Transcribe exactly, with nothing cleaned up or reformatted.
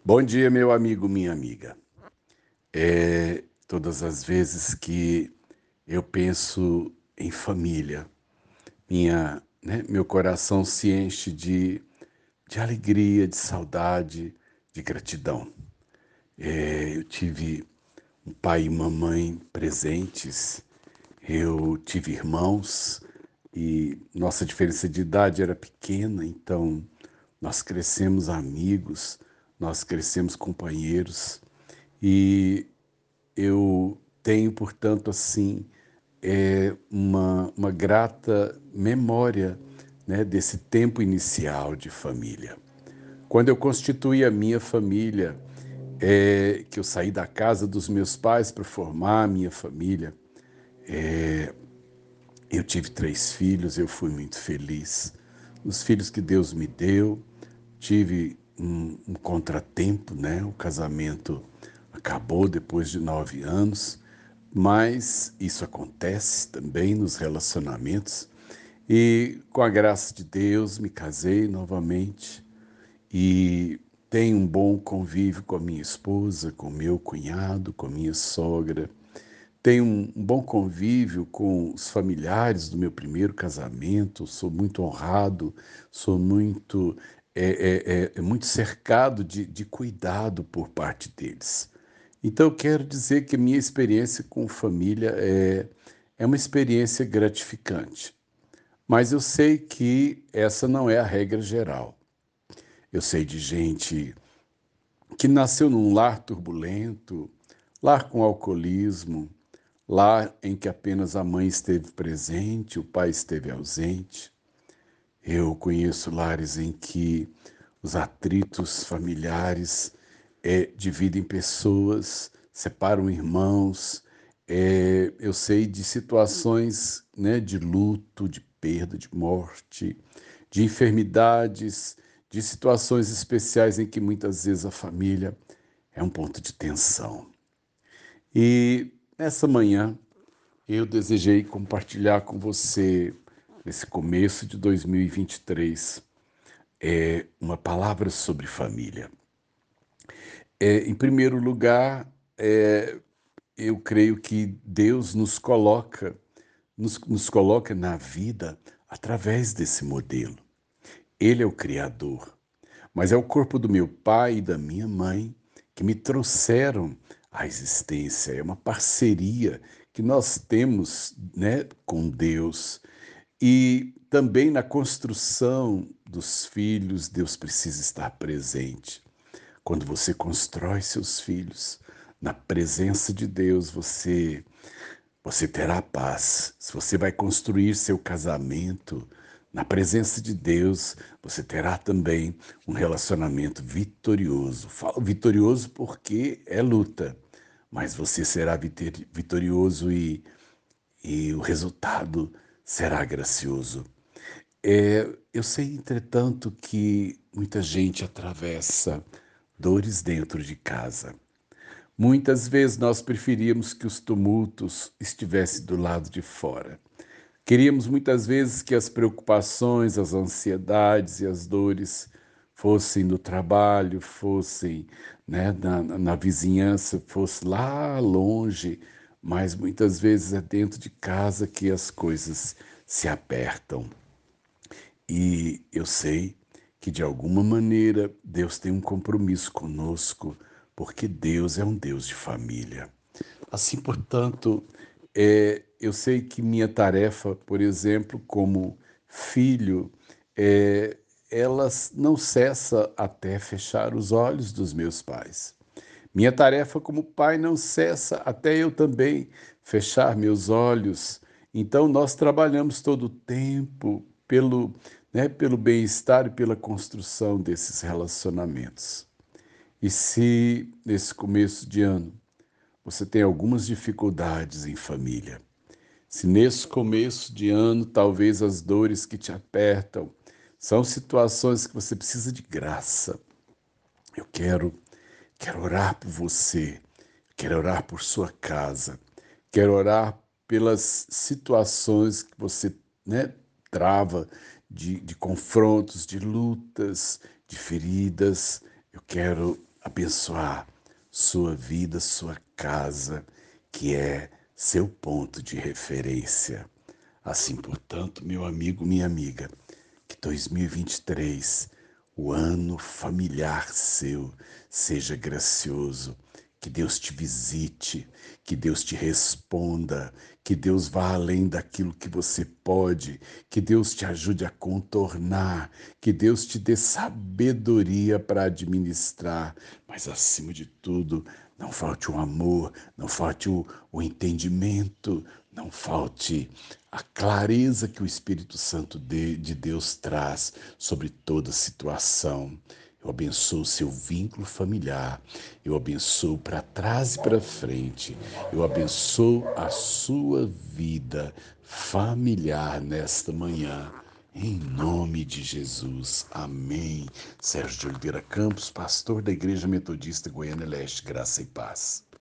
Bom dia, meu amigo, minha amiga. É, todas as vezes que eu penso em família, minha, né, meu coração se enche de, de alegria, de saudade, de gratidão. É, eu tive um pai e mamãe presentes, eu tive irmãos e nossa diferença de idade era pequena, então nós crescemos amigos, nós crescemos companheiros. E eu tenho, portanto, assim, é, uma, uma grata memória, né, desse tempo inicial de família. Quando eu constituí a minha família, é, que eu saí da casa dos meus pais para formar a minha família, eu tive três filhos, eu fui muito feliz. Os filhos que Deus me deu, tive um, um contratempo, né? O casamento acabou depois de nove anos, mas isso acontece também nos relacionamentos. E com a graça de Deus me casei novamente e tenho um bom convívio com a minha esposa, com meu cunhado, com a minha sogra. Tenho um um bom convívio com os familiares do meu primeiro casamento, sou muito honrado, sou muito, é, é, é, é muito cercado de, de cuidado por parte deles. Então, eu quero dizer que a minha experiência com família é, é uma experiência gratificante, mas eu sei que essa não é a regra geral. Eu sei de gente que nasceu num lar turbulento, lar com alcoolismo, lar em que apenas a mãe esteve presente, o pai esteve ausente. Eu conheço lares em que os atritos familiares é, dividem pessoas, separam irmãos. É, eu sei de situações, né, de luto, de perda, de morte, de enfermidades, de situações especiais em que muitas vezes a família é um ponto de tensão. E nessa manhã eu desejei compartilhar com você, nesse começo de dois mil e vinte e três, é, uma palavra sobre família. É, em primeiro lugar, é, eu creio que Deus nos coloca, nos, nos coloca na vida através desse modelo. Ele é o Criador, mas é o corpo do meu pai e da minha mãe que me trouxeram à existência. É uma parceria que nós temos, né, com Deus. E também na construção dos filhos, Deus precisa estar presente. Quando você constrói seus filhos na presença de Deus, você você terá paz. Se você vai construir seu casamento na presença de Deus, você terá também um relacionamento vitorioso. Falo vitorioso porque é luta, mas você será vitorioso e, e o resultado será gracioso. É, eu sei, entretanto, que muita gente atravessa dores dentro de casa. Muitas vezes nós preferíamos que os tumultos estivessem do lado de fora. Queríamos muitas vezes que as preocupações, as ansiedades e as dores fossem no trabalho, fossem, né, na, na vizinhança, fosse lá longe, mas muitas vezes é dentro de casa que as coisas se apertam. E eu sei que de alguma maneira Deus tem um compromisso conosco, porque Deus é um Deus de família. Assim, portanto, é, eu sei que minha tarefa, por exemplo, como filho, é, ela não cessa até fechar os olhos dos meus pais. Minha tarefa como pai não cessa até eu também fechar meus olhos. Então, nós trabalhamos todo o tempo pelo, né, pelo bem-estar e pela construção desses relacionamentos. E se nesse começo de ano você tem algumas dificuldades em família, se nesse começo de ano talvez as dores que te apertam são situações que você precisa de graça, eu quero Quero orar por você, quero orar por sua casa, quero orar pelas situações que você, né, trava de, de confrontos, de lutas, de feridas. Eu quero abençoar sua vida, sua casa, que é seu ponto de referência. Assim, portanto, meu amigo, minha amiga, que dois mil e vinte e três, o ano familiar seu, seja gracioso, que Deus te visite, que Deus te responda, que Deus vá além daquilo que você pode, que Deus te ajude a contornar, que Deus te dê sabedoria para administrar, mas acima de tudo, não falte o amor, não falte o, o entendimento, não falte a clareza que o Espírito Santo de, de Deus traz sobre toda situação. Eu abençoo o seu vínculo familiar, eu abençoo para trás e para frente, eu abençoo a sua vida familiar nesta manhã, em nome de Jesus. Amém. Sérgio de Oliveira Campos, pastor da Igreja Metodista Goiânia Leste, graça e paz.